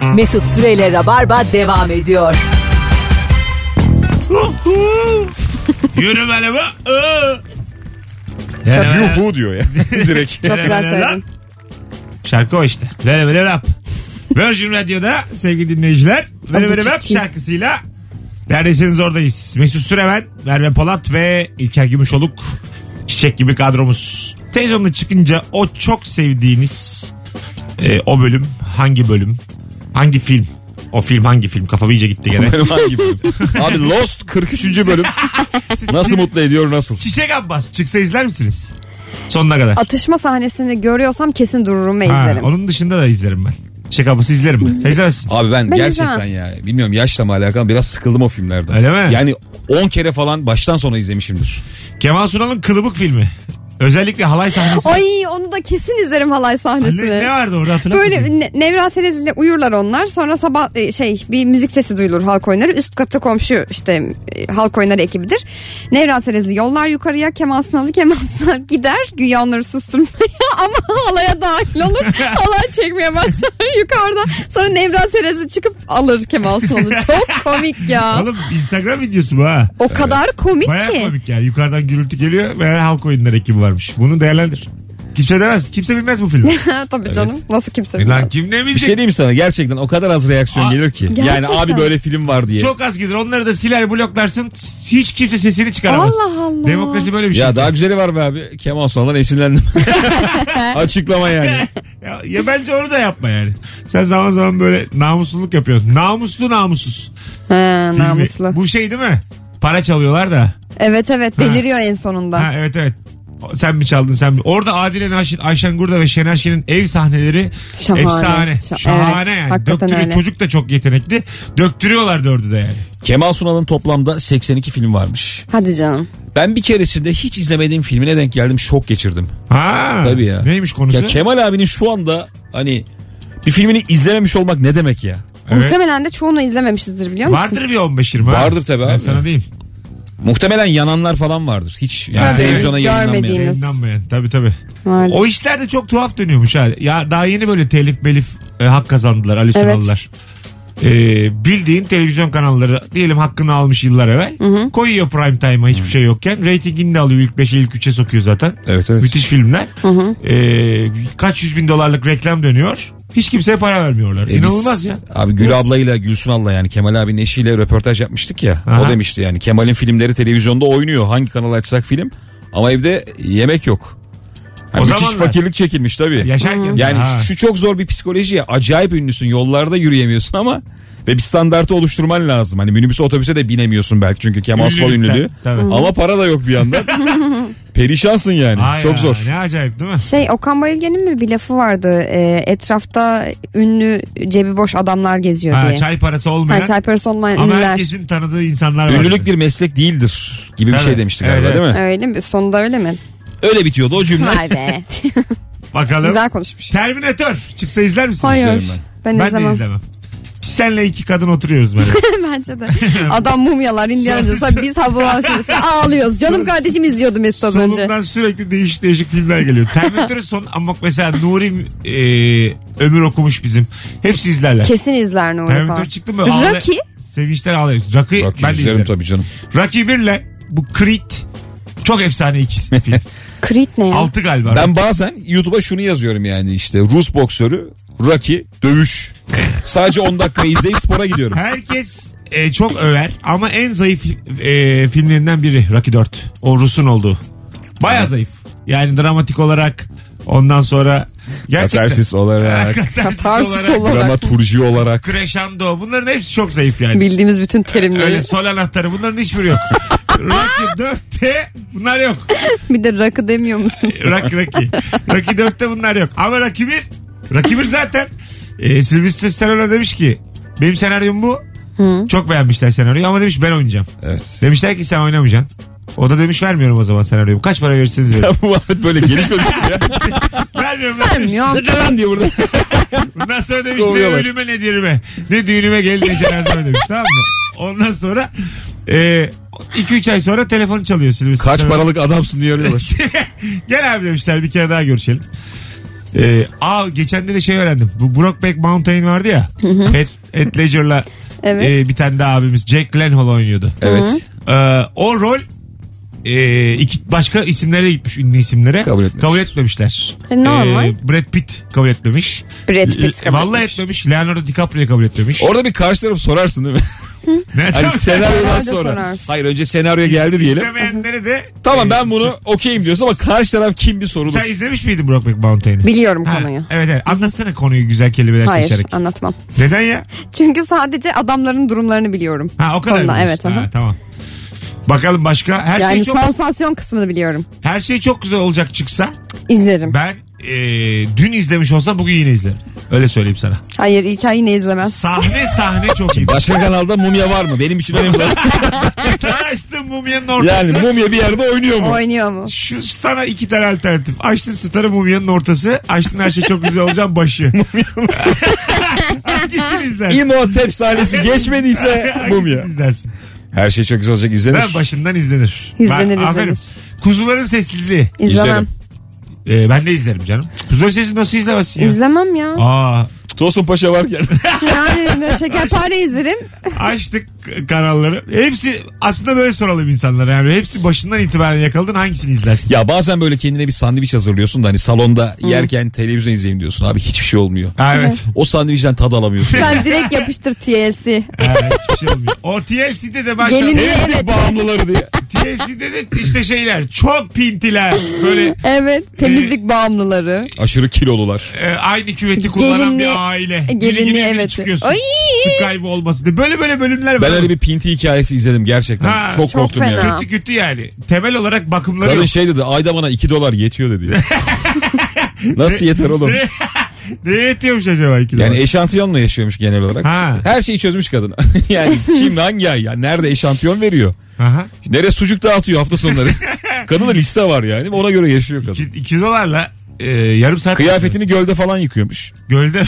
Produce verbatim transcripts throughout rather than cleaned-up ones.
Mesut Süreyle Rabarba devam ediyor. Yürü böyle bu. Yuhu diyor ya. Direkt. Çok güzel söyledin. Şarkı o işte. Vere vere rap. Virgin Radio'da sevgili dinleyiciler. Vere vere rap şarkısıyla neredesiniz oradayız. Mesut Süremen, Merve Polat ve İlker Gümüşoluk. Çiçek gibi kadromuz. Televizyonda çıkınca o çok sevdiğiniz e, o bölüm hangi bölüm? Hangi film? O film hangi film? Kafam iyice gitti gene. hangi bölüm? Abi Lost kırk üçüncü bölüm. Nasıl mutlu ediyor nasıl? Çiçek Abbas çıksa izler misiniz? Sonuna kadar. Atışma sahnesini görüyorsam kesin dururum ve Ha, izlerim. onun dışında da izlerim ben. Çiçek Abbas'ı izlerim ben. Sen izlersin. Abi ben, Ben gerçekten izlemem. ya bilmiyorum yaşla mı alakalı biraz sıkıldım o filmlerden. Öyle mi? Yani on kere falan baştan sona izlemişimdir. Kemal Sunal'ın Kılıbık filmi. Özellikle halay sahnesi. Ay onu da kesin izlerim halay sahnesini. Ne, ne vardı orada hatırlamıyor musun? Böyle ne, Nevra Serezli'yle uyurlar onlar. Sonra sabah e, şey bir müzik sesi duyulur halk oyunları. Üst katı komşu işte e, halk oyunları ekibidir. Nevra Serezli yollar yukarıya, Kemal Sunal'ı Kemal Sunal gider. Güya onları susturmaya ama halaya dahil olur. Halay çekmeye başlar yukarıda. Sonra Nevra Serezli çıkıp alır Kemal Sunal'ı. Çok komik ya. Oğlum Instagram videosu bu ha. O kadar komik Bayağı ki. komik yani. Yukarıdan gürültü geliyor ve halk oyunları ekibi varmış. Bunu değerlendir. Kimse demez. Kimse bilmez bu filmi. Tabii canım. Nasıl kimse Lan bilmez. kim ne Bir bilecek? şey diyeyim sana gerçekten o kadar az reaksiyon Aa, gelir ki. Yani gerçekten. abi böyle film var diye. Çok az gelir. Onları da siler bloklarsın. Hiç kimse sesini çıkaramaz. Allah Allah. Demokrasi böyle bir şey. Ya daha güzeli var be abi. Kemal Sunal'dan esinlendim. Açıklama yani. Ya, ya bence onu da yapma yani. Sen zaman zaman böyle namusluluk yapıyorsun. Namuslu namussuz. Ha, Filmi. namuslu. Bu şey değil mi? Para çalıyorlar da. Evet evet deliriyor en sonunda. Ha, evet evet. Sen mi çaldın sen mi? Orada Adile Naşit, Ayşen Gurda ve Şener Şen'in ev sahneleri Şahane. efsane. Şa- Şahane evet, yani. hakikaten Döktürüyor. öyle. Çocuk da çok yetenekli. Döktürüyorlar dördü de yani. Kemal Sunal'ın toplamda seksen iki film varmış. Hadi canım. Ben bir keresinde hiç izlemediğim filmine denk geldim, şok geçirdim. Ha. Tabii ya. Neymiş konusu? Ya Kemal abinin şu anda hani bir filmini izlememiş olmak ne demek ya? Evet. Muhtemelen de çoğunu izlememişizdir biliyor musun? Vardır bir on beş yirmi. ha. Vardır tabii Ben abi. sana diyeyim. Muhtemelen yananlar falan vardır. Hiç yani Tabii, televizyona yayınlanmayan. görmediğimiz. Yayınlanmayan. Tabii tabii. Vardır. O işler de çok tuhaf dönüyormuş ha. Ya daha yeni böyle telif belif e, hak kazandılar Ali Evet. Sunal'lar. E, bildiğin televizyon kanalları diyelim hakkını almış yıllar evvel. Koyuyor prime time'a hiçbir şey yokken. Ratingini de alıyor. İlk beşe ilk üçe sokuyor zaten. Evet evet. Müthiş filmler. E, kaç yüz bin dolarlık reklam dönüyor. Hiç kimseye para vermiyorlar. E İnanılmaz biz, ya. Abi Gül ablayla Gülsün abla yani Kemal abinin eşiyle röportaj yapmıştık ya. Aha. O demişti yani Kemal'in filmleri televizyonda oynuyor. Hangi kanal açsak film ama evde yemek yok. Yani O müthiş zamanlar. fakirlik çekilmiş tabii. Yaşarken. Yani Ha. şu çok zor bir psikoloji ya. Acayip ünlüsün, yollarda yürüyemiyorsun ama ve bir standartı oluşturman lazım. Hani minibüse otobüse de binemiyorsun belki çünkü Kemal Sunal Ünlülükten, ünlülüğü. tabii. Ama para da yok bir yandan. Perişansın yani. Ay çok ya, zor. Ne acayip değil mi? Şey Okan Bayülgen'in mi bir lafı vardı e, etrafta ünlü cebi boş adamlar geziyor Ha, diye. çay parası olmayan Ha, çay parası olmayan ama ünlüler. herkesin tanıdığı insanlar var. Ünlülük bir meslek değildir gibi bir Evet. şey demişti Evet, galiba evet. değil mi? Öyle mi? Sonunda öyle mi? Öyle bitiyordu o cümle. Vay be. Bakalım. Güzel konuşmuş. Terminator çıksa izler misin? Hayır. İzlerim Ben, Ben izlemem. de izlemem. Biz seninle iki kadın oturuyoruz böyle. Bence de. Adam mumyalar, Indiana Jones'lar biz hava ağlıyoruz. Canım kardeşim izliyordu Mesut az önce. Solundan sürekli değişik değişik filmler geliyor. Terminator'ın son ama mesela Nuri e, ömür okumuş bizim. Hepsi izlerler. Kesin izler Nuri Terminator falan. çıktı mı? Ağlay- Rocky. Sevinçten ağlıyoruz. Rocky, Rocky ben de izlerim izlerim. tabii canım. Rocky birle bu Creed çok efsane iki film. Creed ne ya? Altı galiba. Ben bazen YouTube'a şunu yazıyorum yani işte Rus boksörü Rocky dövüş. Sadece on dakika izleyip spora gidiyorum. Herkes e, çok över ama en zayıf e, filmlerinden biri Rocky dört. O Rus'un olduğu. Baya zayıf. Yani dramatik olarak ondan sonra gerçekten. Katarsis olarak, Katarsis olarak. dramaturji olarak. Crescendo bunların hepsi çok zayıf yani. Bildiğimiz bütün terimleri. Öyle sol anahtarı bunların hiçbiri yok. Rocky dörtte bunlar yok. Bir de rakı demiyor musun? Rocky Rocky. Rocky dörtte bunlar yok. Ama Rocky bir Rocky bir zaten e, Sylvester Stallone demiş ki benim senaryom bu. Hı. Çok beğenmişler senaryoyu ama demiş ben oynayacağım. Evet. Demişler ki sen oynamayacaksın. O da demiş vermiyorum o zaman senaryoyu. Kaç para verirsiniz Sen verin. bu muhabbet böyle gelişmemişsin ya. Vermiyorum ben demiş. Vermiyorum. Ne lan diyor burada. Bundan sonra demiş ne Kovuyorlar. ölüme ne dirime. Ne düğünüme gel ne cenazeme demiş tamam mı? Ondan sonra iki üç ay sonra telefonu çalıyor Sylvester Kaç Stallone. paralık adamsın diye arıyorlar. Gel abi demişler bir kere daha görüşelim. Ee, aa geçen de de şey öğrendim. Bu Brokeback Mountain vardı ya. Heath Heath Ledger'la Evet. e, bir tane daha abimiz Jake Gyllenhaal oynuyordu. Evet. Ee, o rol e, iki başka isimlere gitmiş, ünlü isimlere. Kabul etmemiş. Kabul etmemişler. E, normal. Ee, Brad Pitt kabul etmemiş. Brad Pitt kabul Vallahi etmemiş. etmemiş. Leonardo DiCaprio kabul etmemiş. Orada bir karşı tarafı sorarsın değil mi? Ne, Hani tamam. senaryodan Herhalde sonra. sorarsın. Hayır önce senaryo geldi diyelim. İzlemeyenlere de Tamam e, ben bunu okeyim diyorsun ama karşı taraf kim bir sorulur. sen izlemiş miydin Brokeback Mountain'i? Biliyorum Ha, konuyu. Evet evet. Anlatsana konuyu güzel kelimeler Hayır seçerek. anlatmam. Neden ya? Çünkü sadece adamların durumlarını biliyorum. Ha o kadar Konuda, biliyorsun. evet, Ha, aha. tamam. Bakalım başka. Her Yani şey çok sansasyon kısmını biliyorum. her şey çok güzel olacak çıksa İzlerim. ben e, dün izlemiş olsam bugün yine izlerim. Öyle söyleyeyim sana. Hayır İlker yine izlemez. Sahne sahne çok iyi. Başka kanalda mumya var mı? Benim için önemli olan. Açtım mumyanın ortası. Yani mumya bir yerde oynuyor mu? Oynuyor mu? Şu sana iki tane alternatif. Açtın starı mumyanın ortası. Açtın her şey çok güzel olacak başı. Hangisini izlersin? İmhotep sahnesi geçmediyse mumya. Hangisini izlersin? Her şey çok güzel olacak izlenir. Ben başından izlenir. İzlenir, Ben- aferin. izlenir. Kuzuların sessizliği. İzlemem. İzlerim. Ee, ben de izlerim canım. Kuzuların sessizliği nasıl izlemezsin ya? İzlemem ya. Aa, Tosun Paşa varken. Yani ne şekerpare izlerim. açtık kanalları. Hepsi aslında böyle soralım insanlara. Yani hepsi başından itibaren yakaladın hangisini izlersin? Ya bazen böyle kendine bir sandviç hazırlıyorsun da hani salonda yerken televizyon izleyeyim diyorsun. Abi hiçbir şey olmuyor. Ha, evet. O sandviçten tad alamıyorsun. Ben direkt yapıştır T L C. Ha, hiçbir şey olmuyor. O T L C'de de başka. Gelin- Temizlik Evet. bağımlıları diye. T L C'de de işte şeyler. Çok pintiler. Böyle Evet temizlik bağımlıları. Aşırı kilolular. e, aynı küveti kullanan Gelinli- bir aile. gelinli, Biri girip biri evet. çıkıyorsun. Ay! Su kaybı olmasın diye. Böyle böyle bölümler var. Ben öyle bir pinti hikayesi izledim gerçekten. Ha, çok çok korktum fena. ya. Kötü kötü yani. Temel olarak bakımları Kadın yok. şey dedi ayda bana iki dolar yetiyor dedi. Nasıl yeter oğlum? Ne, ne yetiyormuş acaba iki Yani dolar? eşantiyonla yaşıyormuş genel olarak. Ha. Her şeyi çözmüş kadın. Yani şimdi hangi ay ya? Nerede eşantiyon veriyor? Aha. Nereye sucuk dağıtıyor hafta sonları? Kadında liste var yani. Ona göre yaşıyor kadın. İki, iki dolarla e, yarım saat. Kıyafetini gölde falan yıkıyormuş. Gölde.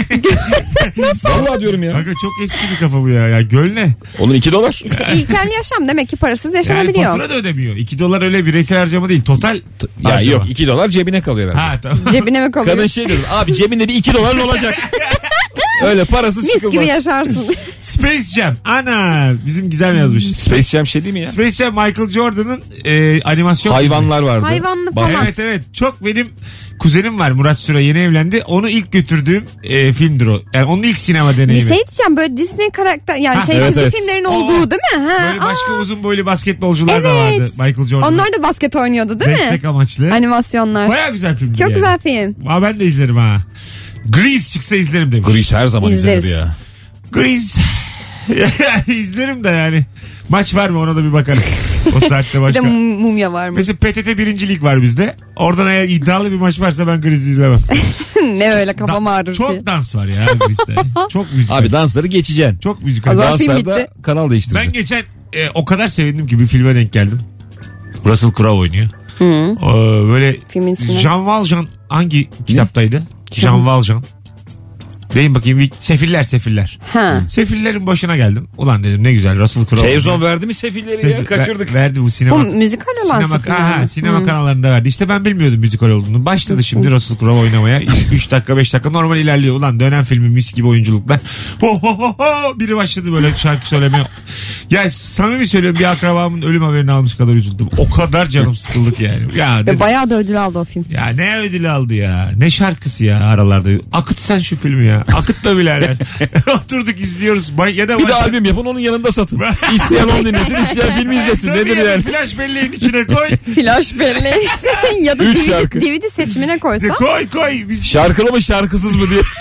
Vallahi diyorum ya. Kanka çok eski bir kafa bu ya. Ya göl ne? Onun iki dolar. İşte ilkel yaşam demek ki parasız Yani yaşanabiliyor. fatura da ödemiyor. iki dolar öyle bireysel harcama değil. Total Ya harcama. yok iki dolar cebine kalıyor herhalde. Ha tamam. Cebine mi kalıyor? Kadın şey dedi abi cebinde bir iki dolar olacak. Öyle parasız Mis çıkılmaz. gibi yaşarsın. Space Jam. Ana bizim Gizem yazmış. Space Jam şey değil mi ya? Space Jam Michael Jordan'ın e, animasyon Hayvanlar vardı. Hayvanlı Bas- falan. Evet evet. Çok benim kuzenim var Murat Süre yeni evlendi. Onu ilk götürdüğüm e, filmdir o. Yani onun ilk sinema deneyimi. Bir şey diyeceğim böyle Disney karakter yani Ha, şey evet, çizgi evet. filmlerin O, olduğu değil mi? Ha, Böyle başka aa, uzun boylu basketbolcular da Evet. vardı. Michael Jordan. onlar da basket oynuyordu değil Destek mi? amaçlı. Animasyonlar. Baya güzel filmdi Çok yani. güzel film. Aa, ben de izlerim ha. Grease çıksa izlerim demiş. Grease her zaman İzleriz. izlenir ya. Grease. izlerim de yani. Maç var mı ona da bir bakarım. O saatte Bir de başka. mum- mumya var mı? Mesela P T T birincilik var bizde. Oradan eğer iddialı bir maç varsa ben Grease'i izlemem. ne öyle kafam Da- ağrır çok diye. dans var ya Grease'de. Çok müzikal. Abi dansları geçeceksin. Çok müzikal. O zaman film Danslarda bitti. kanal Ben değiştireceksin. geçen e, o kadar sevindim ki bir filme denk geldim. Russell Crowe oynuyor. Hı. Ee, böyle Filmin ismi ne? Jean Valjean hangi kitaptaydı? Jean Valjean. Deyin bakayım. Sefiller Sefiller. Ha. Sefillerin başına geldim. Ulan dedim ne güzel Russell Crowe. Televizyon verdi mi sefilleri ya? Sefil- Kaçırdık. ver- verdi bu Bu sinema. müzikal olan Sinema, film aha, yani. sinema Hı. kanallarında verdi. İşte ben bilmiyordum müzikal olduğunu. Başladı şimdi Russell Crowe oynamaya. üç dakika beş dakika normal ilerliyor. Ulan dönen filmi mis gibi oyunculuklar. Ho ho ho ho. Biri başladı böyle şarkı söylemeye. Ya samimi söylüyorum bir akrabamın ölüm haberini almış kadar üzüldüm. O kadar canım sıkıldık yani. Ya, dedim, Ve bayağı da ödül aldı o film. ya ne ödül aldı ya. Ne şarkısı ya aralarda. Akıt sen şu filmi ya. Akıtma birader. Oturduk izliyoruz. Bay- Ya da Bir de başka- albüm yapın onun yanında satın. İsteyen onu dinlesin, isteyen filmi izlesin. Tabii Nedir yani, yani? Flash belleğin içine koy. Flash belli. ya da Üç D V D, şarkı. D V D seçimine koysa. koy koy. Biz Şarkılı mı şarkısız mı diye.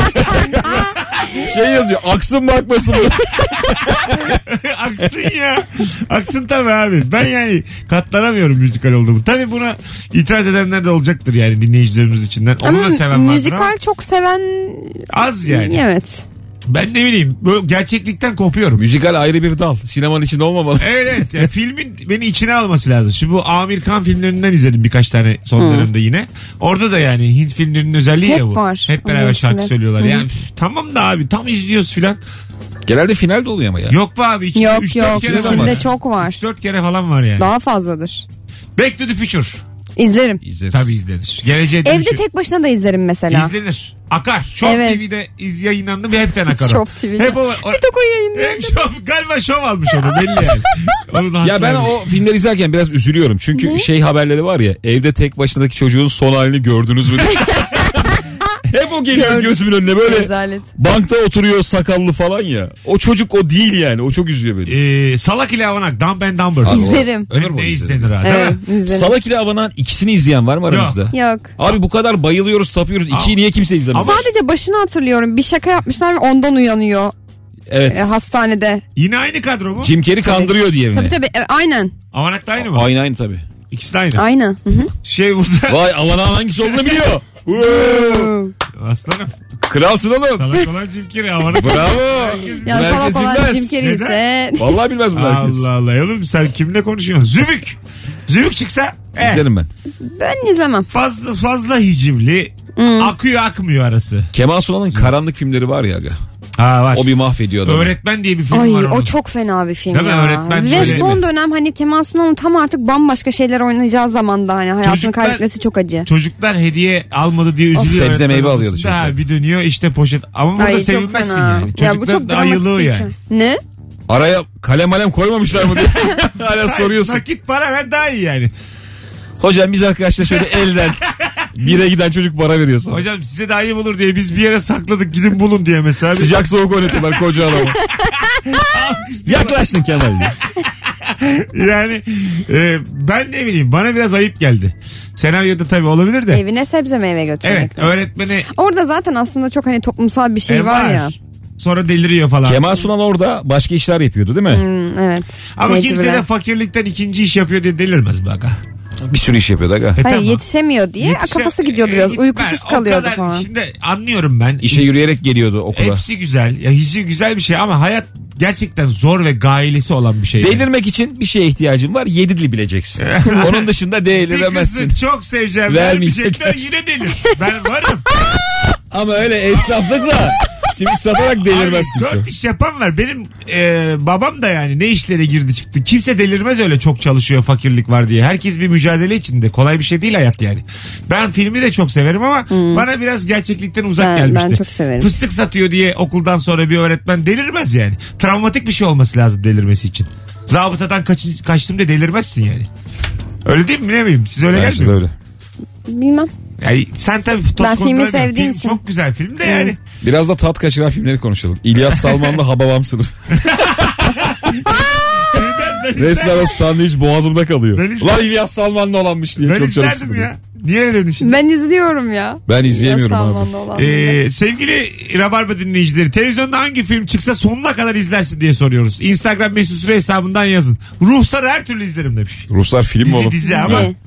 şey yazıyor aksın bakmasın mı? aksın ya. Aksın tabii abi. Ben yani katlanamıyorum müzikal olduğumu. Tabii buna itiraz edenler de olacaktır yani dinleyicilerimiz içinden. Onu da seven vardır ama müzikal çok seven az yani. evet. Ben ne bileyim böyle gerçeklikten kopuyorum. Müzikal ayrı bir dal. Sinemanın içinde olmamalı. Evet yani filmin beni içine alması lazım. Şimdi bu Amir Khan filmlerinden izledim birkaç tane son dönemde yine. Orada da yani Hint filmlerinin özelliği Hep ya bu. var. Hep beraber Onun şarkı içinde. söylüyorlar. Hı. Yani üf, tamam da abi tam izliyoruz filan. Genelde final de oluyor ama ya. Yok be abi. içinde Yok üç dört yok kere içinde var. çok var. üç dört kere falan var yani. Daha fazladır. Back to the Future. İzlerim. İzleriz. Tabii izlenir. Geleceğe Evde dönüşü. tek başına da izlerim mesela. İzlenir. Akar. Show Evet. T V'de iz yayınlandı bir hepten akar. o. Show T V'de. Hep o, o, Bir tek o yayınlıyor. hep show, galiba şov almış onu belli yani. Onun Ya ben o filmleri izlerken biraz üzülüyorum. Çünkü Ne? şey haberleri var ya, evde tek başınadaki çocuğun son halini gördünüz mü diye. Hep o geliyor Gördüm. gözümün önüne böyle. Rezalet. Bankta oturuyor sakallı falan ya. O çocuk o değil yani. O çok üzüyor beni. Ee, Salak ile Avanak, Dumb and Dumber. Abi o- İzlerim. Ömür Ne boyu izlerim. izlenir ha değil Evet, mi? izlerim. Salak ile Avanan ikisini izleyen var mı aramızda? Yok. Abi bu kadar bayılıyoruz, sapıyoruz. İkiyi Ama- niye kimse izlemez? Ama- Sadece başını hatırlıyorum. Bir şaka yapmışlar ve ondan uyanıyor Evet. e, hastanede. Yine aynı kadro mu? Jim Carrey kandırıyor diğerini. Tabii tabii e, aynen. Avanak da aynı mı? Aynı aynı tabii. İkisi de aynı. Aynı. Hı hı. Şey burada. Vay Avanan hangisi olduğunu biliyor. Aslanım. Kralsın oğlum. Salak olan Jim Carrey. Avanak. Bravo. Ya Bunu salak herkes olan bilmez. Jim Carrey ise. Vallahi bilmez bunu herkes. Allah Allah. Oğlum sen kimle konuşuyorsun? Zübük. Zübük çıksa. Eh, İzlerim ben. Ben izlemem. fazla fazla hicivli. Akıyor akmıyor arası. Kemal Sunal'ın karanlık filmleri var ya aga. Ha var. O bir mahvediyor adamı. Öğretmen diye bir film Ay var onun. o çok fena bir film Değil mi? ya. Öğretmen Ve şöyle son mi? dönem hani Kemal Sunal'ın tam artık bambaşka şeyler oynayacağı zamanda hani hayatını Çocuklar- kaybetmesi çok acı. Çocuklar hediye almadı diye üzülüyor. Sebze öğretmen meyve olsun alıyordu da, çocuklar. bir dönüyor işte poşet. Ama burada Ay çok sevinmezsin fena. yani. Çocuklar Ya bu çok da dramatik ayılığı bir yani. hikaye. Ne? Araya kalem malem koymamışlar mı diye hala soruyorsun. Nakit para ver daha iyi yani. Hocam biz arkadaşlar şöyle elden bire giden çocuk para veriyor sana. Hocam size daha iyi bulur diye biz bir yere sakladık gidin bulun diye mesela. Sıcak soğuk oynatıyorlar koca adamı. Yaklaştın Kemal diye. Yani e, ben ne bileyim bana biraz ayıp geldi. Senaryoda tabii olabilir de. Evine sebze meyve götürmek. Evet öğretmeni Orada zaten aslında çok hani toplumsal bir şey e, var ya. Sonra deliriyor falan. Kemal Sunal orada başka işler yapıyordu değil mi? Hmm, evet. Ama kimse Mecburen. de fakirlikten ikinci iş yapıyor diye delirmez be aga. Bir sürü iş yapıyordu aga. E, Hayır tamam. yetişemiyor diye Yetişe- kafası gidiyordu e, biraz. gitme. Uykusuz O kalıyordu kadar- falan. Şimdi anlıyorum ben. İşe yürüyerek geliyordu okula. Hepsi güzel. Ya hiç güzel bir şey ama hayat gerçekten zor ve gailesi olan bir şey. Delirmek için bir şeye ihtiyacın var. Yedi dil bileceksin. Onun dışında Bir deliremezsin. kızı çok seveceğim. Vermeyecek. Vermeyecekler yine delir. Ben varım. Ama öyle esnaflıkla simit satarak delirmez Abi, kimse. Dört iş yapan var. Benim e, babam da yani ne işlere girdi çıktı. Kimse delirmez öyle çok çalışıyor fakirlik var diye. Herkes bir mücadele içinde. Kolay bir şey değil hayat yani. Ben filmi de çok severim ama bana biraz gerçeklikten uzak Ben- gelmişti. ben çok severim. Fıstık satıyor diye okuldan sonra bir öğretmen delirmez yani. Travmatik bir şey olması lazım delirmesi için. Zabıtadan kaçın, kaçtım diye delirmezsin yani. Öyle değil mi ne bileyim siz öyle Bence de gelmiyor. öyle. Bilmem. Yani sen tabii toz Ben filmi konduramıyorsun. sevdiğim Film için. Çok güzel film de yani. Biraz da tat kaçıran filmleri konuşalım. İlyas Salman'la Hababam sınıf. Resmen o sandviç boğazımda kalıyor. Ben izledim. Ulan İlyas Salman'la olanmış diye Ben çok canım izlerdim sıkılıyor. ya. Niye öyle dedin şimdi? Ben izliyorum ya. Ben izleyemiyorum Ya abi. Salman'da olan. Ee, sevgili Rabarba dinleyicileri televizyonda hangi film çıksa sonuna kadar izlersin diye soruyoruz. Instagram mesut süre hesabından yazın. Ruhsar'ı her türlü izlerim demiş. Ruslar film mi Dizi oğlum? dizi ama. Dizi.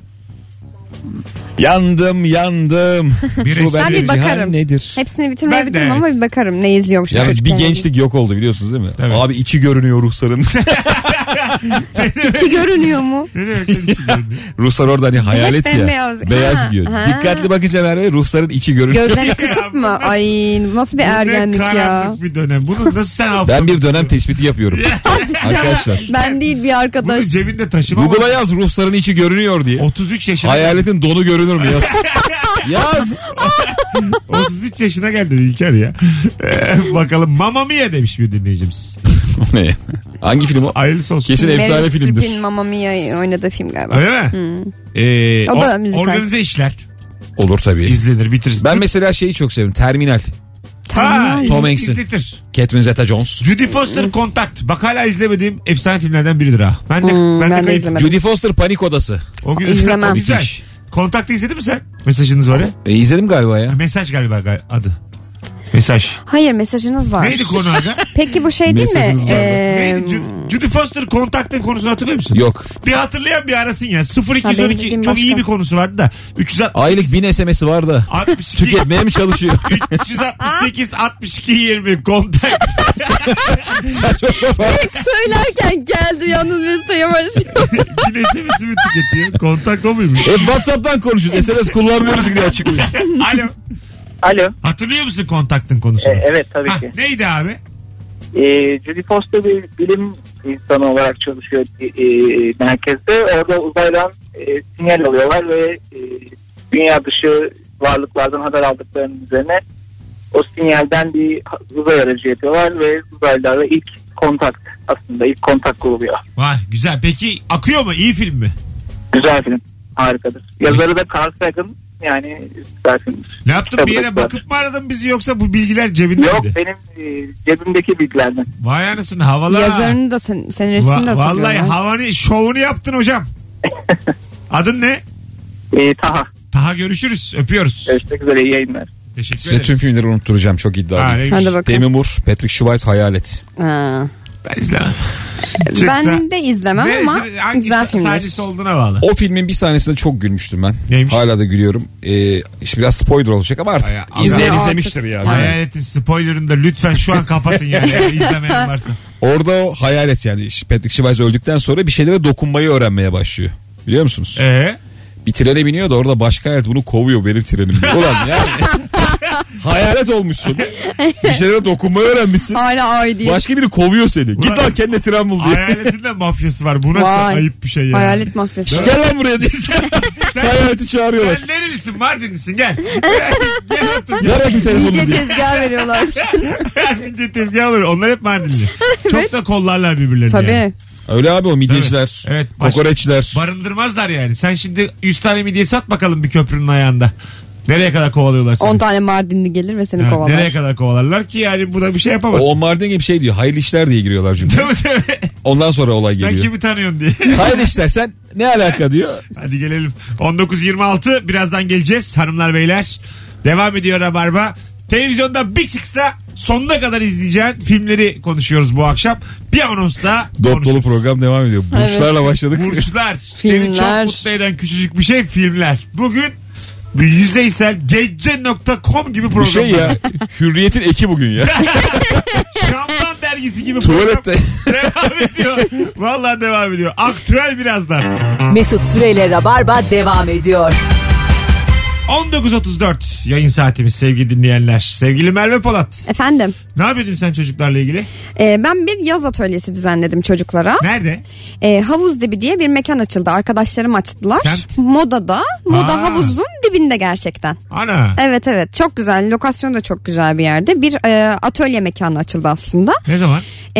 Yandım yandım. Bir Bu ben bende bir cihan Bakarım. nedir? Hepsini Ben bitirmeyebilirim de, ama evet. bir bakarım ne izliyormuş. Yalnız bir çocukken. gençlik yok oldu biliyorsunuz değil mi? Evet. Abi içi görünüyor Rusların. İçi görünüyor mu? Ne demek lan içi görünüyor? Ruslar orada hani hayalet ya. bembeyaz. Beyaz Ha, diyor. ha. Dikkatli bakınca Merve Rusların içi görünüyor. Gözlerini kısıp mı? Ay bu nasıl bir Bu ne ergenlik ya. karanlık bir dönem. Bunu nasıl sen hafta Ben bir dönem tespiti yapıyorum. Arkadaşlar. Ben değil bir Bunu arkadaş. cebinde taşıma. Google'a yaz Rusların içi görünüyor diye. otuz üç yaşına Hayaletin donu görünür mü yaz. Yaz. otuz üç yaşına geldi İlker ya. Ee, bakalım Mamma Mia demiş bir dinleyicimiz. O ne? Hangi film o? Hayırlısı olsun. Kesin efsane Meryl filmdir. Streep'in Mamma Mia oynadığı film galiba. Öyle mi? Ee, O da or- müzikal. Organize işler. Olur tabii. İzlenir bitiririz. Ben mesela şeyi çok seviyorum. Terminal. Ha, Tom iz- Hanks'in. izletir. Catherine Zeta-Jones. Judy Foster Kontakt. Bak hala izlemediğim efsane filmlerden biridir ha. Ben de, Hmm, ben de ben de kayıp. izlemedim. Judy Foster Panik Odası. O gün İzlemem. o güzel. Müthiş. Kontaktı izledin mi sen? Mesajınız var ya. E, izledim galiba ya. Mesaj galiba gal- adı. Mesaj. Hayır mesajınız var. Neydi konu aga? Peki bu şey değil mi? Mesajınız var mı? Ee, Neydi? Ju- Judy Foster kontaktın konusunu hatırlıyor musun? Yok. Bir hatırlayan bir arasın ya. sıfır iki Ha, benim on iki bildiğim çok başka. iyi bir konusu vardı da. üç yüz altmış sekiz, Aylık bin S M S'i var da. altmış iki, Tüketmeye mi çalışıyor? üç yüz altmış sekiz altmış iki yirmi kontak. Saçma sapan. söylerken geldi yalnız Mesut'a yavaş. Yine S M S'i mi tüketiyor? Kontakt o muymuş? Hep WhatsApp'tan konuşuyoruz. S M S kullanmıyoruz diye açıklıyor. Alo. Alo. Hatırlıyor musun kontaktın konusunu? E, evet tabii Ha, ki. neydi abi? E, Judy Foster bir bilim insanı olarak çalışıyor e, e, merkezde. Orada uzaydan e, sinyal alıyorlar ve e, dünya dışı varlıklardan haber aldıklarının üzerine o sinyalden bir uzay aracı yapıyorlar ve uzaylılarla ilk kontak, aslında ilk kontak kuruluyor. Vay güzel. Peki akıyor mu? İyi film mi? Güzel film. Harikadır. Yazarı da Carl Sagan, yani süper film. Ne yaptın, bir yere bakıp mı aradın bizi yoksa bu bilgiler cebinde Yok, miydi? benim e, cebimdeki bilgilerden. Vay anasını, havalı. Yazarını da sen, senarisini Va- de hatırlıyorum. Vallahi havanı, şovunu yaptın hocam. Adın ne? E, Taha. Taha, görüşürüz. Öpüyoruz. Görüşmek üzere, iyi yayınlar. Teşekkür Size ederiz. tüm filmleri unutturacağım, çok Ha, iddialıyım. neymiş? Hadi bakalım. Demi Moore, Patrick Swayze, Hayalet. Ha. Ben izlemem. Çıksa, Ben de izlemem ama neresi- hangisi güzel filmler. sahnesi olduğuna bağlı. O filmin bir sahnesinde çok gülmüştüm ben. Neymiş? Hala da gülüyorum. Ee, işte biraz spoiler olacak ama artık Ay, ay, izleyen artık- izlemiştir yani. Hayaletin spoilerını da lütfen şu an kapatın yani, eğer izlemeyen varsa. Orada o hayalet, yani Patrick Swayze öldükten sonra bir şeylere dokunmayı öğrenmeye başlıyor. Biliyor musunuz? Ee? Bir trene biniyor da orada başka hayalet bunu kovuyor, benim trenim diyor. Ulan yani hayalet olmuşsun. Bir şeylere dokunmayı öğrenmişsin. Hala ay diye. Başka biri kovuyor seni. Git lan kendine tren bul diyor. Hayaletin de mafyası var. Bu nasıl Vay. ayıp bir şey ya. Hayalet mafyası. Gel lan buraya diye. Hayaleti çağırıyorlar. Sen nerelisin? Mardinlisin, gel. Gel otur. Ver bakayım telefonunu Midye diye. tezgah veriyorlar. Midye tezgahı olur. Onlar hep Mardinli. Çok da kollarlar birbirlerini. Tabii. Yani. Öyle abi, o midyeciler, Evet, baş- kokoreçler. Barındırmazlar yani. Sen şimdi yüz tane midye sat bakalım bir köprünün ayağında. Nereye kadar kovalıyorlar seni? on tane Mardinli gelir ve seni Evet, kovalar. nereye kadar kovalarlar ki yani, bu da bir şey yapamaz. O Mardin gibi şey diyor. Hayırlı işler diye giriyorlar cümle. Tabii tabii. Ondan sonra olay Sen geliyor. kimi tanıyorsun diye. Hayırlı işler, sen ne alaka diyor. Hadi gelelim. on dokuz yirmi altı birazdan geleceğiz hanımlar beyler. Devam ediyor Rabarba. Televizyonda bir çıksa sonuna kadar izleyeceğin filmleri konuşuyoruz bu akşam. Bir anonsla Dop konuşuruz. dolu program devam ediyor. Burçlarla başladık. Burçlar. Seni çok Filmler. mutlu eden küçücük bir şey, filmler. Bugün bir yüzeysel gece nokta com gibi program. Bu şey ya, Hürriyet'in eki bugün ya. Şamdan dergisi gibi program Tuvalette. devam ediyor. Vallahi devam ediyor. Aktüel birazdan. Mesut Süreyle Rabarba devam ediyor. on dokuz otuz dört yayın saatimiz sevgili dinleyenler. Sevgili Merve Polat. Efendim, Ne yapıyordun sen çocuklarla ilgili? e, ben bir yaz atölyesi düzenledim çocuklara. Nerede? E, Havuz Dibi diye bir mekan açıldı. Arkadaşlarım açtılar. Semt? Moda'da. Moda Aa. havuzun dibinde gerçekten. Ana. Evet evet, çok güzel. Lokasyon da çok güzel bir yerde. Bir e, atölye mekanı açıldı aslında. Ne zaman?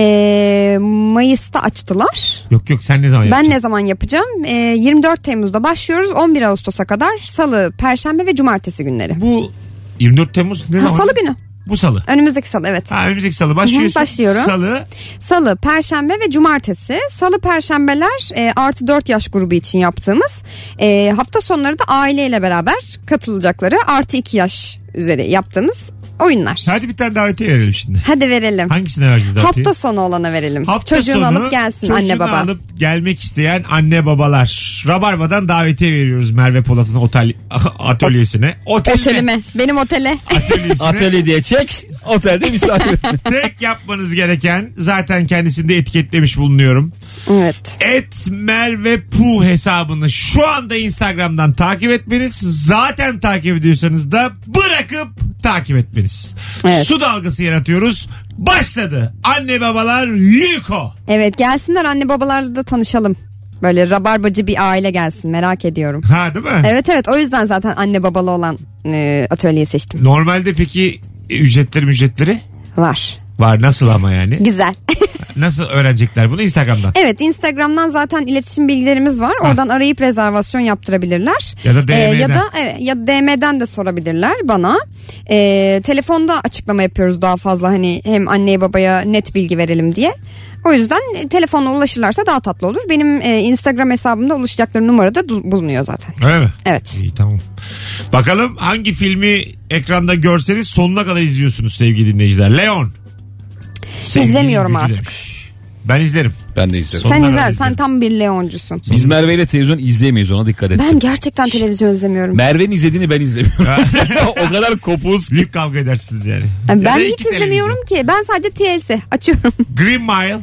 E, Mayıs'ta açtılar. Yok yok, sen ne zaman Ben yapacaksın? ne zaman yapacağım? E, yirmi dört Temmuz'da başlıyoruz. on bir Ağustos'a kadar Salı, Perşembe ve Cumartesi günleri. Bu yirmi dört Temmuz ne Ha, zaman? Salı günü. Bu salı. Önümüzdeki salı, evet. Ha, önümüzdeki salı başlıyorsun. Hı hı, başlıyorum. Salı. Salı, Perşembe ve Cumartesi. Salı, Perşembeler e, artı dört yaş grubu için yaptığımız. E, hafta sonları da aileyle beraber katılacakları artı iki yaş üzeri yaptığımız oyunlar. Hadi bir tane davetiye verelim şimdi. Hadi verelim. Hangisine vereceğiz davetiye? Hafta sonu olana verelim. Hafta Çocuğunu sonu alıp gelsin anne çocuğunu baba. alıp gelmek isteyen anne babalar. Rabarba'dan davetiye veriyoruz Merve Polat'ın otel atölyesine. Oteline, Otelime. Benim otele. atölyesine. Atölye diye çek, otelde misafir. Tek yapmanız gereken, zaten kendisinde etiketlemiş bulunuyorum. Evet. Et Merve Pu hesabını şu anda Instagram'dan takip etmeniz. Zaten takip ediyorsanız da bırakıp takip etmeniz. Evet. Su dalgası yaratıyoruz. Başladı. Anne babalar Yuko. Evet, gelsinler anne babalarla da tanışalım. Böyle rabarbacı bir aile gelsin, merak ediyorum. Ha, değil mi? Evet evet, o yüzden zaten anne babalı olan e, atölyeyi seçtim. Normalde peki e, ücretleri ücretleri Var. var. Nasıl ama yani? Güzel. Nasıl öğrenecekler bunu? Instagram'dan. Evet, Instagram'dan zaten iletişim bilgilerimiz var. Oradan arayıp rezervasyon yaptırabilirler. Ya da D M'den. Ee, ya da evet, ya D M'den de sorabilirler bana. Ee, telefonda açıklama yapıyoruz daha fazla, hani hem anneye babaya net bilgi verelim diye. O yüzden e, telefonla ulaşırlarsa daha tatlı olur. Benim e, Instagram hesabımda ulaşacakları numara da du- bulunuyor zaten. Öyle mi? Evet. İyi, tamam. Bakalım hangi filmi ekranda görseniz sonuna kadar izliyorsunuz sevgili dinleyiciler. Leon. Sevgili İzlemiyorum gücü artık. demiş. Ben izlerim. Ben de izlerim. Sonuna Sen kadar izler, sen izlerim. tam bir Leoncusun. Biz Merve ile televizyon izleyemeyiz, ona dikkat ettim. Ben gerçekten televizyon izlemiyorum. Merve'nin izlediğini ben izlemiyorum. O kadar kopuz. Büyük kavga edersiniz yani. Yani Ya ben da hiç iki izlemiyorum ki. Ben sadece T L C açıyorum. televizyon. Green Mile.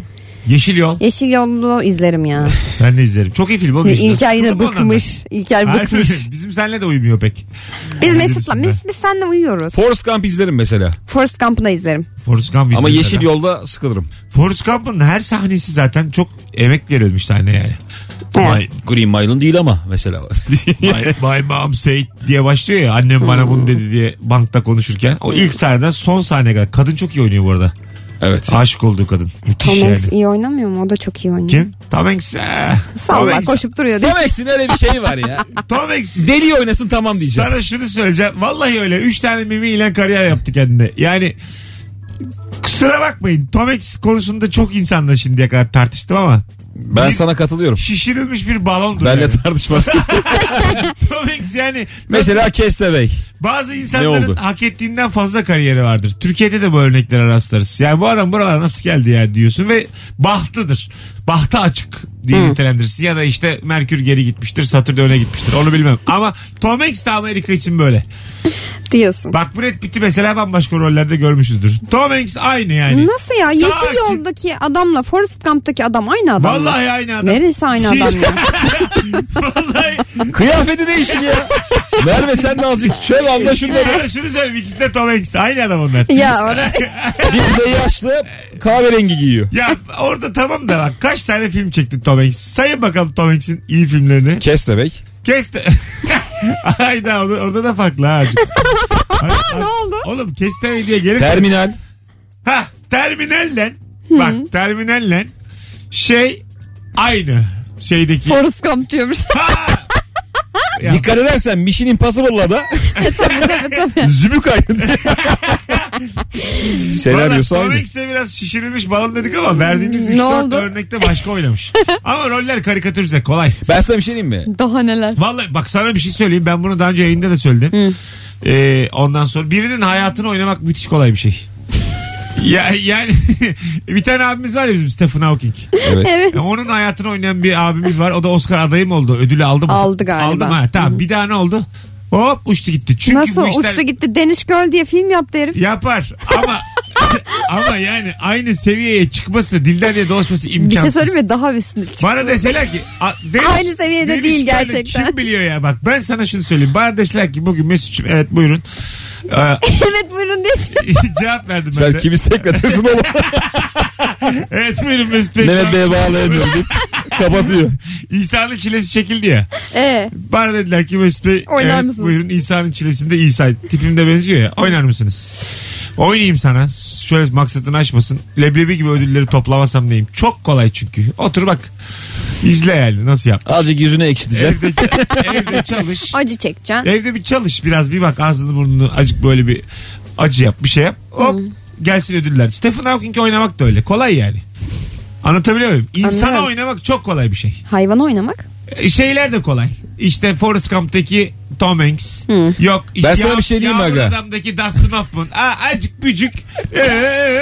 Yeşil Yol. Yeşil Yol'u izlerim ya. Ben de izlerim. Çok iyi film o. İlker yine bıkmış. İlker bıkmış. Bizim seninle de uymuyor pek. Biz Mesut'la biz, biz seninle uyuyoruz. Forrest Gump izlerim mesela. Forrest Gump'ı da izlerim. Forrest Gump Ama izlerim Yeşil sana. Yolda sıkılırım. Forrest Gump'ın her sahnesi zaten çok emek verilmiş sahne yani. Evet. Green Mile'ın değil ama mesela. my, my mom said diye başlıyor ya, annem bana bunu dedi diye bankta konuşurken. O ilk sahneden son sahneye kadar. Kadın çok iyi oynuyor bu arada. Evet. Aşık olduğu kadın. Müthiş Tom yani. Hanks iyi oynamıyor mu? O da çok iyi oynuyor. Kim? Tom Hanks. Ee, Tom Salla Hanks. koşup duruyor değil Tom mi? Hanks'in öyle bir şeyi var ya. Tom Hanks. Deli oynasın tamam diyeceğim. Sana şunu söyleyeceğim. Vallahi öyle. Üç tane mimiyle kariyer yaptı kendine. Yani kusura bakmayın. Tom Hanks konusunda çok insanla şimdiye kadar tartıştım ama. Ben bir sana katılıyorum. şişirilmiş bir balondur. Benle yani. tartışmazsın. Tom Hanks yani. Mesela Kestebey. Bazı Ne insanların oldu? hak ettiğinden fazla kariyeri vardır. Türkiye'de de bu örneklere rastlarız. Yani bu adam buralara nasıl geldi ya diyorsun ve bahtlıdır. Bahtı açık diye nitelendirirsin. Ya da işte Merkür geri gitmiştir, Satürn öne gitmiştir. Onu bilmem. Ama Tom Hanks de Amerika için böyle. Diyorsun. Bak Brad Pitt'i mesela bambaşka rollerde görmüşüzdür. Tom Hanks aynı yani. Nasıl ya? Sakin. Yeşil Yol'daki adamla Forrest Gump'taki adam aynı adam mı? Vallahi aynı adam. Neresi aynı adam ya? Vallahi. Kıyafeti değişik ya. Merve sen de azıcık çöl anla şunları. Sana şunu söyleyeyim, ikisi de Tom Hanks. Aynı adam onlar. Ya orada Bir de yaşlı kahverengi giyiyor. Ya orada tamam da bak kaç tane film çekti Tom Hanks. Sayın bakalım Tom Hanks'in iyi filmlerini. Kestebey. Keste. Hayda orada, orada da farklı ha. ne oldu? Oğlum Keste diye gelir. Terminal. Ha terminalle. Bak terminalle şey aynı şeydeki. Forrest Gump diyormuş. Ya. Dikkat edersen Mission Impossible'la da tabii tabii tabii. zübük aynı. Senaryosu Valla Tom aynı. Hanks'e biraz şişirilmiş balon dedik ama verdiğimiz üç Ne dört oldu? örnekte başka oynamış. Ama roller karikatürize kolay. Ben sana bir şey diyeyim mi? Daha neler. Vallahi bak sana bir şey söyleyeyim. Ben bunu daha önce yayında da söyledim. Ee, ondan sonra birinin hayatını oynamak müthiş kolay bir şey. Ya, yani bir tane abimiz var ya bizim Stephen Hawking. Evet. Evet. Ya onun hayatını oynayan bir abimiz var. O da Oscar adayı mı oldu? Ödülü aldı mı? Aldı galiba. Aldı mı? Ha, tamam. Bir daha ne oldu? Hop uçtu gitti. Çünkü Nasıl bu işler uçtu gitti Danish Girl diye film yaptı herif. yapar ama ama yani aynı seviyeye çıkması, dilden diye dolaşması Bir şey imkansız. söyleyeyim mi? Daha üstünde çıktı. Bana deseler ki a, Deniz- Aynı seviyede Deniz değil Körlü gerçekten. Kim biliyor ya bak ben sana şunu söyleyeyim. Bana deseler ki bugün Mesut'cum evet buyurun. Ee, Evet buyurun diye. cevap verdim ben Sen de. kimi sekretersin oğlum? Evet buyurun Mesut Bey. Mehmet Bey'e bağlayamıyorum deyip kapatıyor. İsa'nın çilesi çekildi ya. Ee, Bana dediler ki Mesut Bey Oynar evet, mısınız? buyurun İsa'nın çilesinde İsa tipimde benziyor ya. Oynar mısınız? Oynayayım sana. Şöyle maksatını aşmasın. Leblebi gibi ödülleri toplamasam neyim? Çok kolay çünkü. Otur bak. İzle yani nasıl yap. Azıcık yüzünü ekşiteceğim. Evde, evde çalış. acı çekeceksin. Evde bir çalış biraz bir bak ağzını burnunu acık böyle bir acı yap bir şey yap. Hop gelsin ödüller. Stephen Hawking'i oynamak da öyle. Kolay yani. Anlatabiliyor muyum? İnsana Anlıyorum. oynamak çok kolay bir şey. Hayvanı oynamak. E, Şeyler de kolay. İşte Forrest Gump'taki Tom Hanks. Yok. Işte Ben sana Yav- bir şey diyeyim mi Yağmur aga? Adam'daki Dustin Hoffman. Aa, acık bücük. Ee,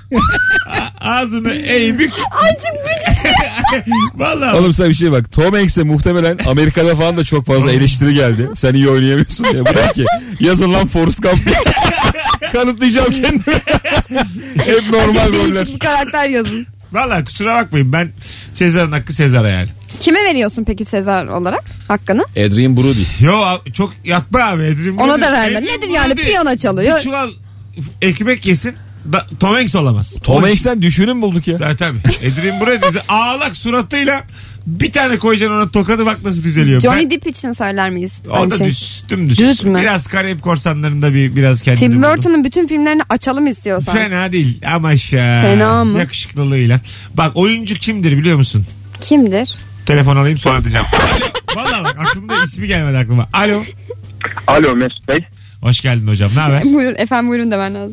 A- ağzını eğbük. Acık bücük. Vallahi. Oğlum sana bir şey bak. Tom Hanks'e muhtemelen Amerika'da falan da çok fazla eleştiri geldi. Sen iyi oynayamıyorsun diye. Bırak ki yazın lan Forrest Gump diye. Kanıtlayacağım kendimi. Hep normal Acık roller. değişik bir karakter yazın. Vallahi kusura bakmayın ben Sezar'ın hakkı Sezar'a yani. Kime veriyorsun peki Sezar olarak hakkını? Adrian Brody. Yo abi, çok yakma abi. Adrian Ona Brody- da verme. Adrian Nedir yani? Brody Piyano çalıyor. Bir çuval ekmek yesin. Da, Tom Hanks olamaz. Tom O- Hanks'ten düşünün bulduk ya. Tabii tabii. Adrian Brody ağlak suratıyla bir tane koyacaksın ona tokadı bak nasıl düzeliyor. Johnny Ben- Depp için söyler miyiz? O Aynı da şey. düz, dümdüz. Düz mü? Biraz Karayip Korsanları'nda bir biraz kendini Tim buldum. Burton'un bütün filmlerini açalım istiyorsan. Fena değil ama şey. Fena mı? Yakışıklılığıyla. Bak oyuncu kimdir biliyor musun? Kimdir? Telefon alayım sonra diyeceğim. Valla bak aklımda ismi gelmedi aklıma. Alo. Alo Mesut Bey. Hoş geldin hocam. Ne haber? Buyurun efendim buyurun demen lazım.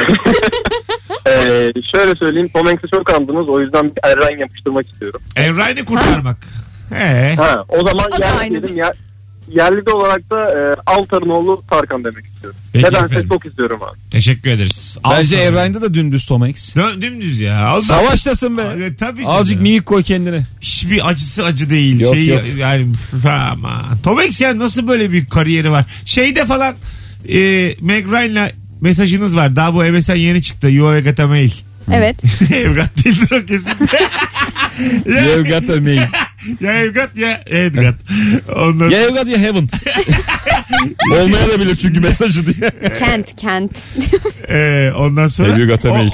Ee, şöyle söyleyeyim, Tom Hanks'i çok andınız, o yüzden bir Erren yapıştırmak istiyorum. Evren'i kurtarmak. He. Ha, o zaman O da yerli aynı. dedim ya. Yerli de olarak da e, Altarınoğlu Tarkan demek istiyorum. Peki Nedense efendim. çok istiyorum abi. Teşekkür ederiz. Bence Al- Evren'de de dümdüz Tom Hanks. Dö- Dümdüz ya. O da- Savaştasın be. Evet, tabii ki Azıcık de. mimik koy kendine. Hiçbir acısı acı değil. Yok, şey, yok. Yani aman. Tom Hanks ya nasıl böyle bir kariyeri var? Şeyde falan e, Meg Ryan'la mesajınız var. Daha bu M S N yeni çıktı. You have got a mail. Evet. Evgat değildir o kesinlikle. Ya Evgat da main. Ya Evgat ya Edgat. Ondan... Ya Evgat ya Haven't. Olmaya da bilir çünkü mesajı diye. Kent, Kent. Ee, ondan sonra... Evgat'a mail.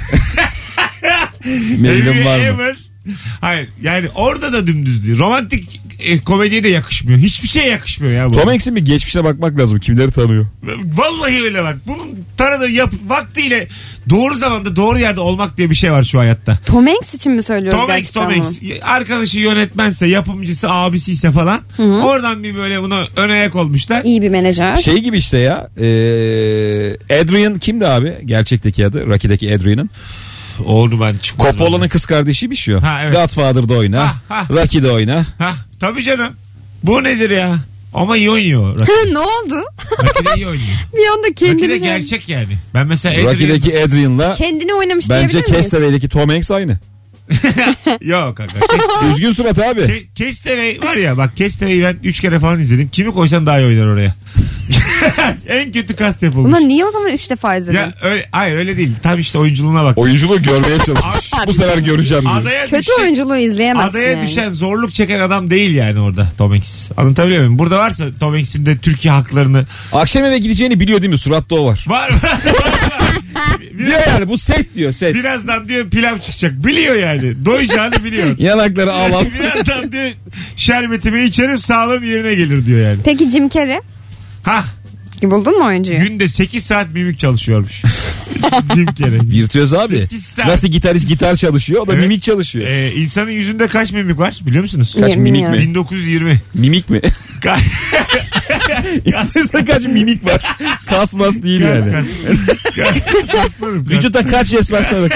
Mailim var mı? Ever. Hayır yani orada da dümdüz değil. Romantik e, komediye de yakışmıyor. Hiçbir şeye yakışmıyor ya bu. Tom Hanks'in bir geçmişine bakmak lazım. Kimleri tanıyor? Vallahi öyle bak. Bunun tanıdığı yap, vaktiyle doğru zamanda doğru yerde olmak diye bir şey var şu hayatta. Tom Hanks için mi söylüyoruz Tom Hanks, gerçekten Tom Hanks. bunu? Arkadaşı yönetmense, yapımcısı, abisiyse falan. Hı hı. Oradan bir böyle buna ön ayak olmuşlar. İyi bir menajer. Şey gibi işte ya. Ee, Adrian kimdi abi? Gerçekteki adı. Rocky'deki Adrian'ın. Onu ben çıkmaz. Coppola'nın kız kardeşi bir şey o. Ha, evet. Godfather'da oyna. Ha, ha. Rocky'de oyna. Ha, tabii canım. Bu nedir ya? Ama iyi oynuyor. Ne oldu? Rocky'de iyi oynuyor. Bir anda kendini... Rocky'de gerçek yani. Ben mesela Adrian... Rocky'deki Adrian'la Kendini oynamış bence diyebilir miyiz? Castaway'deki Tom Hanks aynı. Yok kanka. Üzgün surat abi. Ke- Castaway var ya bak Castaway'i ben üç kere falan izledim. Kimi koysan daha iyi oynar oraya. En kötü kast yapılmış. Ulan niye o zaman üç defa izledin? Ya öyle, hayır öyle değil. Tam işte oyunculuğuna bak. Oyunculuğu görmeye çalışmış. Bu sefer göreceğim diyor. Adaya Kötü düşen, oyunculuğu izleyemezsin adaya yani. düşen zorluk çeken adam değil yani orada Tom Hanks. Anlatabiliyor muyum? Burada varsa Tom Hanks'in de Türkiye haklarını... Akşam eve gideceğini biliyor değil mi? Suratta o var. Var var var. Diyor yani bu set diyor set. Birazdan diyor pilav çıkacak. Biliyor yani. Doyacağını biliyor. Yanakları al al. Birazdan diyor şerbetimi içerim sağlığım yerine gelir diyor yani. Peki Jim Carrey? Hah. Buldun mu oyuncuyu? Günde sekiz saat mimik çalışıyormuş. Jim Carrey. Virtüöz abi. Nasıl gitarist gitar çalışıyor o da Evet. mimik çalışıyor. Ee, insanın yüzünde kaç mimik var biliyor musunuz? Kaç mimik Bilmiyorum. mi? bin dokuz yüz yirmi. Mimik mi? Ka- İnsanın kaç mimik var? Kasmas değil Kas, yani. kas. Kas, aslanım, kas. Vücutta kaç yes var sana?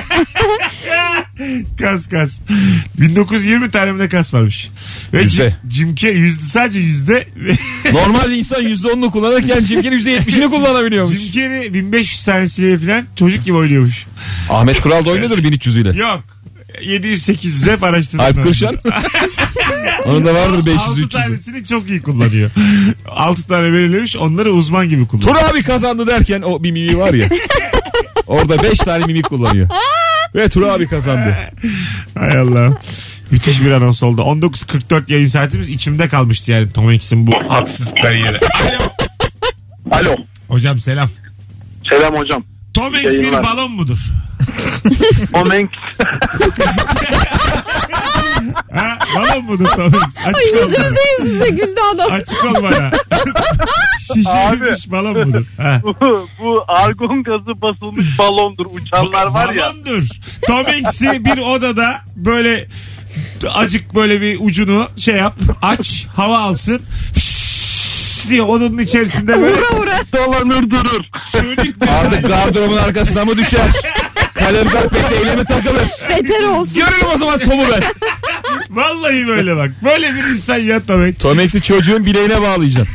Kas kas. bin dokuz yüz yirmi tane mi de kas varmış. Ve Yüzde. Jim, Jim Carrey yüzde sadece yüzde. Normal insan yüzde onunu kullanırken Jim Carrey yüzde yetmişini kullanabiliyormuş. Jim Carrey bin beş yüz tanesiyle falan çocuk gibi oynuyormuş. Ahmet Kural da oynuyordur bin üç yüz ile. Yok. yedi yüz sekiz yüz hep araştırdım. Alp Kırşan. Onun da vardır beş yüz altı üç yüz. tanesini çok iyi kullanıyor. altı tane belirlemiş onları uzman gibi kullanıyor. Tur abi kazandı derken o bir mimiği var ya. Orada beş tane mimik kullanıyor. Ve Tur abi kazandı. Hay Allah. Müthiş bir anons oldu. on dokuz kırk dört yayın saatimiz içimde kalmıştı yani Tom Hanks'in bu haksız kariyeri. Alo. Alo. Hocam selam. Selam hocam. Tom Hanks bir Yayınlar. balon mudur? Tom Hanks. Ha, balon mudur Tom Hanks? Ay Açık ol bana. yüzümüze yüzümüze güldü adam. Açık ol bana. Şişirilmiş balon mudur? Ha. bu, bu argon gazı basılmış balondur. Uçanlar var ya. Balondur. Tom Hanks'i bir odada böyle acık böyle bir ucunu şey yap aç hava alsın diye odanın içerisinde böyle Vura vura. Dolanır durur. sönük bir Artık gardırobun arkasına mı düşer? Kalorifer pek eyle mi takılır? Beter olsun. Görürüm o zaman Tom'u ben. vallahi böyle bak. Böyle bir insan ya Tom Hanks. Tom Hanks'i çocuğun bileğine bağlayacaksın.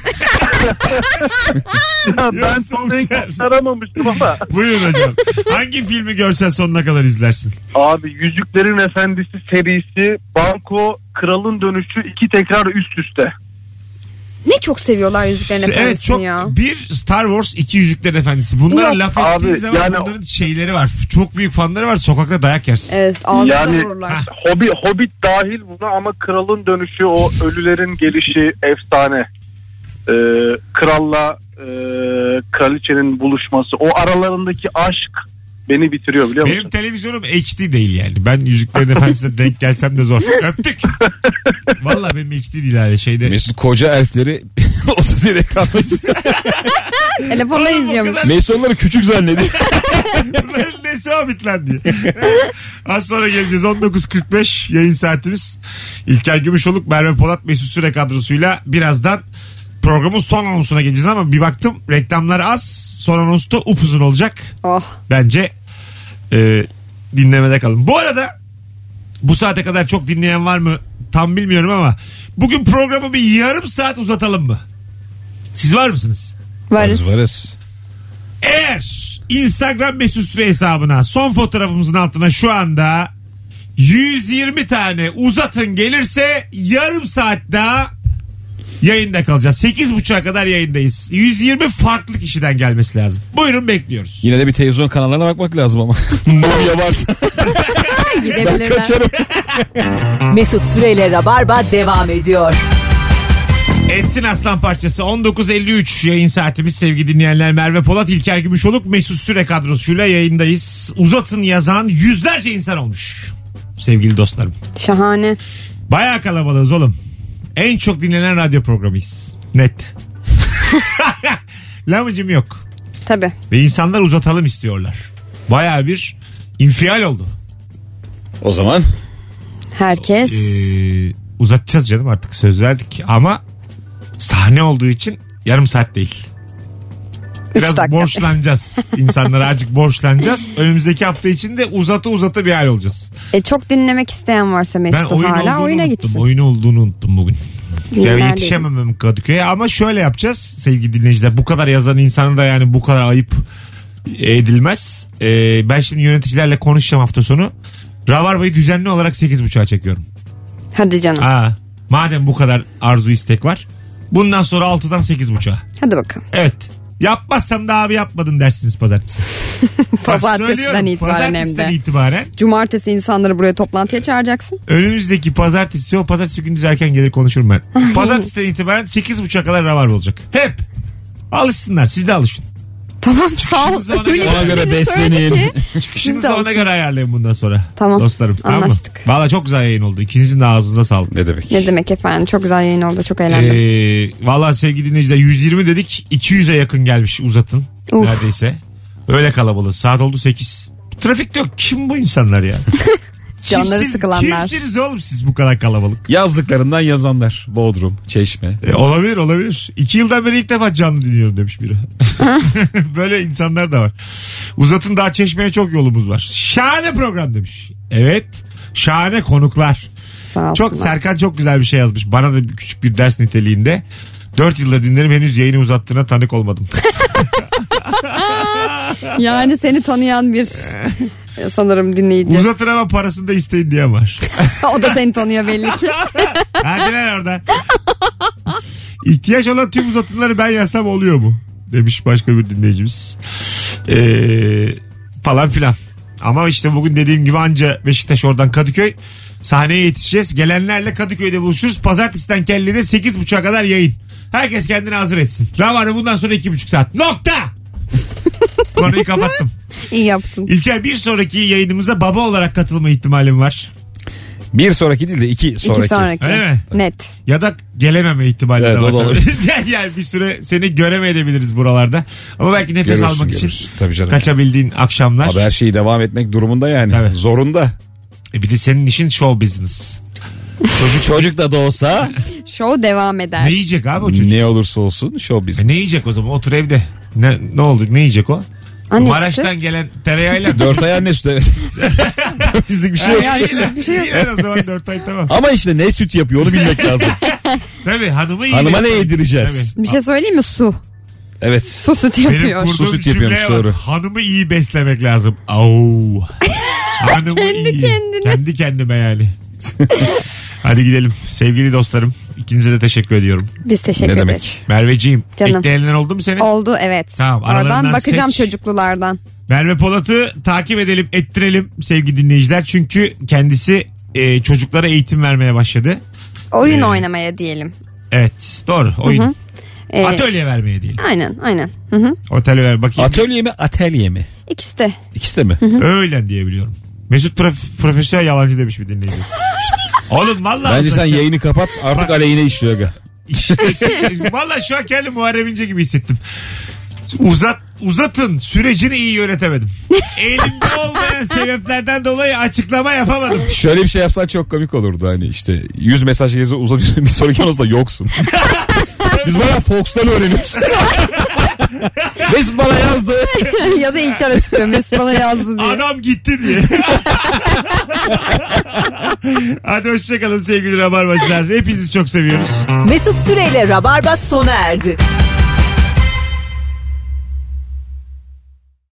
Ya ben Yoksa Tom Hanks'i uçarsın. aramamıştım ama. Buyurun hocam. Hangi filmi görsen sonuna kadar izlersin? Abi Yüzüklerin Efendisi serisi Banko Kralın Dönüşü iki tekrar üst üste. Ne çok seviyorlar Yüzüklerin Evet Efendisi'ni çok ya. bir Star Wars iki Yüzüklerin Efendisi. Bunlara Yok. laf ettiğin Abi, zaman yani- bunların şeyleri var. Çok büyük fanları var. Sokakta dayak yersin. Evet ağzına Yani vururlar. Hobbit, Hobbit dahil buna ama Kralın Dönüşü o ölülerin gelişi efsane. Ee, kralla e, kraliçenin buluşması o aralarındaki aşk beni bitiriyor biliyor musun? Benim televizyonum H D değil yani. Ben Yüzüklerin Efendisi'ne denk gelsem de zor. Öptük. Valla benim H D değil yani şeyde. Mesut koca elfleri otuz yedi ekranla izliyor. Telefonla Oğlum, o izliyormuş. kadar- Mesut onları küçük zannediyor. Ben ne sabit lan diye. Az sonra geleceğiz. on dokuz kırk beş yayın saatimiz. İlker Gümüşoluk, Merve Polat, Mesut Süre kadrosuyla birazdan programın son anonsuna geleceğiz ama bir baktım reklamlar az. Son anons da upuzun olacak. Oh. Bence e, dinlemede kalın. Bu arada bu saate kadar çok dinleyen var mı tam bilmiyorum ama bugün programı bir yarım saat uzatalım mı? Siz var mısınız? Varız. Varız. Eğer Instagram Mesut Süre hesabına son fotoğrafımızın altına şu anda yüz yirmi tane uzatın gelirse yarım saat daha Yayında kalacağız. sekiz buçuğa kadar yayındayız. yüz yirmi farklı kişiden gelmesi lazım. Buyurun bekliyoruz. Yine de bir televizyon kanallarına bakmak lazım ama. Mobilya varsa. Ben Gidebilirler. kaçarım. Mesut Süreyle Rabarba devam ediyor. Etsin Aslan Parçası on dokuz elli üç yayın saatimiz sevgili dinleyenler. Merve Polat, İlker Gümüşoluk, Mesut Süre kadrosuyla yayındayız. Uzatın yazan yüzlerce insan olmuş sevgili dostlarım. Şahane. Bayağı kalabalığız oğlum. En çok dinlenen radyo programıyız. Net. Lamıcım yok. Tabii. Ve insanlar uzatalım istiyorlar. Bayağı bir infial oldu. O zaman Herkes. Ee, uzatacağız canım, artık söz verdik ama sahne olduğu için yarım saat değil. Biraz dakika. borçlanacağız. İnsanlara azıcık borçlanacağız. Önümüzdeki hafta için de uzatı uzatı bir hal olacağız. E, çok dinlemek isteyen varsa Ben Mesut'u oyun hala olduğunu oyuna unuttum. gitsin. Oyun olduğunu unuttum bugün. Ya Neredeydi? yetişememem Kadıköy'e ama şöyle yapacağız sevgili dinleyiciler. Bu kadar yazan insanı da yani bu kadar ayıp edilmez. Ee, ben şimdi yöneticilerle konuşacağım hafta sonu. Rabarba'yı düzenli olarak sekiz buçuğa çekiyorum. Hadi canım. Ha, madem bu kadar arzu istek var. Bundan sonra altıdan sekiz buçuğa. Hadi bakalım. Evet. Yapmazsam da abi yapmadım dersiniz pazartesi. Bak Pazartesiden söylüyorum, itibaren hem pazartesiden de. itibaren. Cumartesi insanları buraya toplantıya çağıracaksın. Önümüzdeki pazartesi, o pazartesi gündüz erken gelir konuşurum ben. Pazartesiden itibaren sekiz buçuğa kadar ravar olacak. Hep. Alışsınlar, siz de alışın. Tamam sağ ol. Çıkışınızı ona Öyle göre- Ona göre bir söyle beslenin. ki, Çıkışınızı siz de ona alışın. göre ayarlayın bundan sonra. Tamam, Dostlarım. Tamam mı? anlaştık. Valla çok güzel yayın oldu. İkinizin de ağzınıza sağlık. Ne demek? Ne demek efendim, çok güzel yayın oldu, çok eğlendim. Ee, Valla sevgili dinleyiciler yüz yirmi dedik, iki yüze yakın gelmiş uzatın. Uf. Neredeyse. Öyle kalabalık. Saat oldu sekiz. Trafikte yok. Kim bu insanlar ya? Canları Kimsiniz- sıkılanlar. Kimsiniz oğlum siz bu kadar kalabalık? Yazlıklarından yazanlar. Bodrum, Çeşme. E, olabilir olabilir. İki yıldan beri ilk defa canlı dinliyorum demiş biri. Böyle insanlar da var. Uzatın, daha Çeşme'ye çok yolumuz var. Şahane program demiş. Evet. Şahane konuklar. Sağ olsunlar. Çok Serkan çok güzel bir şey yazmış. Bana da bir küçük bir ders niteliğinde. Dört yılda dinlerim, henüz yayını uzattığına tanık olmadım. Yani seni tanıyan bir sanırım dinleyici. Uzatın ama parasını da isteyin diye var. O da seni tanıyor belli ki. Hadi lan oradan. İhtiyaç olan tüm uzatımları ben yazsam oluyor mu? Demiş başka bir dinleyicimiz. Ee, falan filan. Ama işte bugün dediğim gibi anca Beşiktaş oradan Kadıköy. Sahneye yetişeceğiz. Gelenlerle Kadıköy'de buluşuruz. Pazartesiden Kelli'de sekiz buçuğa kadar yayın. Herkes kendini hazır etsin. Ravarı bundan sonra iki buçuk saat. Nokta! Konuyu kapattım. İyi yaptın. İlker, bir sonraki yayınımıza baba olarak katılma ihtimalim var. Bir sonraki değil de iki sonraki. İki sonraki. Öyle mi? Net. Ya da gelememe ihtimali Evet, de var. o da tabii. olabilir. yani, yani bir süre seni göremeyebiliriz buralarda. Ama belki nefes Görürsün, almak görürsün. için Tabii canım. kaçabildiğin akşamlar. Abi her şeyi devam etmek durumunda yani. Tabii. Zorunda. E bir de senin işin show business. Çocuk çocuk da da olsa Show devam eder. Ne yiyecek abi o çocuk? ne olursa olsun show business. E ne yiyecek o zaman? Otur evde. Ne, ne oldu? Ne yiyecek o? Anne Maraş'tan sütü. gelen tereyağıyla. Dört ay anne sütü evet. Bizlik bir şey yok. Yani bir şey yok. Yine o zaman dört ay tamam. Ama işte ne süt yapıyor onu bilmek lazım. Tabii hanımı iyi. Hanıma ne yedireceğiz? Bir şey söyleyeyim mi? Su. Evet. Su süt Benim yapıyor. kurduğum Su süt cümleye yapıyormuş, bak. doğru. Hanımı iyi beslemek lazım. Au. Hanımı Kendi iyi. kendine. Kendi kendime yani. Hadi gidelim. Sevgili dostlarım, ikinize de teşekkür ediyorum. Biz teşekkür Ne demek? ederiz. Merveciğim, Canım. ekleyenler oldu mu senin? Oldu evet. Tamam, aralarından Oradan bakacağım seç. çocuklulardan. Merve Polat'ı takip edelim, ettirelim sevgili dinleyiciler. Çünkü kendisi e, çocuklara eğitim vermeye başladı. Oyun Ee, oynamaya diyelim. Evet, doğru. Oyun. Ee, Atölye vermeye diyelim. Aynen aynen. Hı hı. Atölye ver bakayım. Atölye mi atölye mi? İkisi de. İkisi de mi? Öyle diye biliyorum. Mesut prof- profesyonel yalancı demiş bir dinleyici. Oğlum vallahi. Bence sen uzatacağım. yayını kapat artık aleyhine işliyor aga. İşte, vallahi şu an kendimi Muharrem İnce gibi hissettim. Uzat uzatın sürecini iyi yönetemedim. Elimde olmayan sebeplerden dolayı açıklama yapamadım. Şöyle bir şey yapsan çok komik olurdu hani işte yüz mesaj yazı uzatıyorsun bir sonraki anonsda yoksun. Biz bayağı Fox'tan öğreniyoruz. Mesut bana yazdı. Ya da İlker açıklıyor. Mesut bana yazdı diye. Adam gitti diye. Hadi hoşçakalın sevgili Rabarbacılar. Hepinizi çok seviyoruz. Mesut Süreyle Rabarba sona erdi.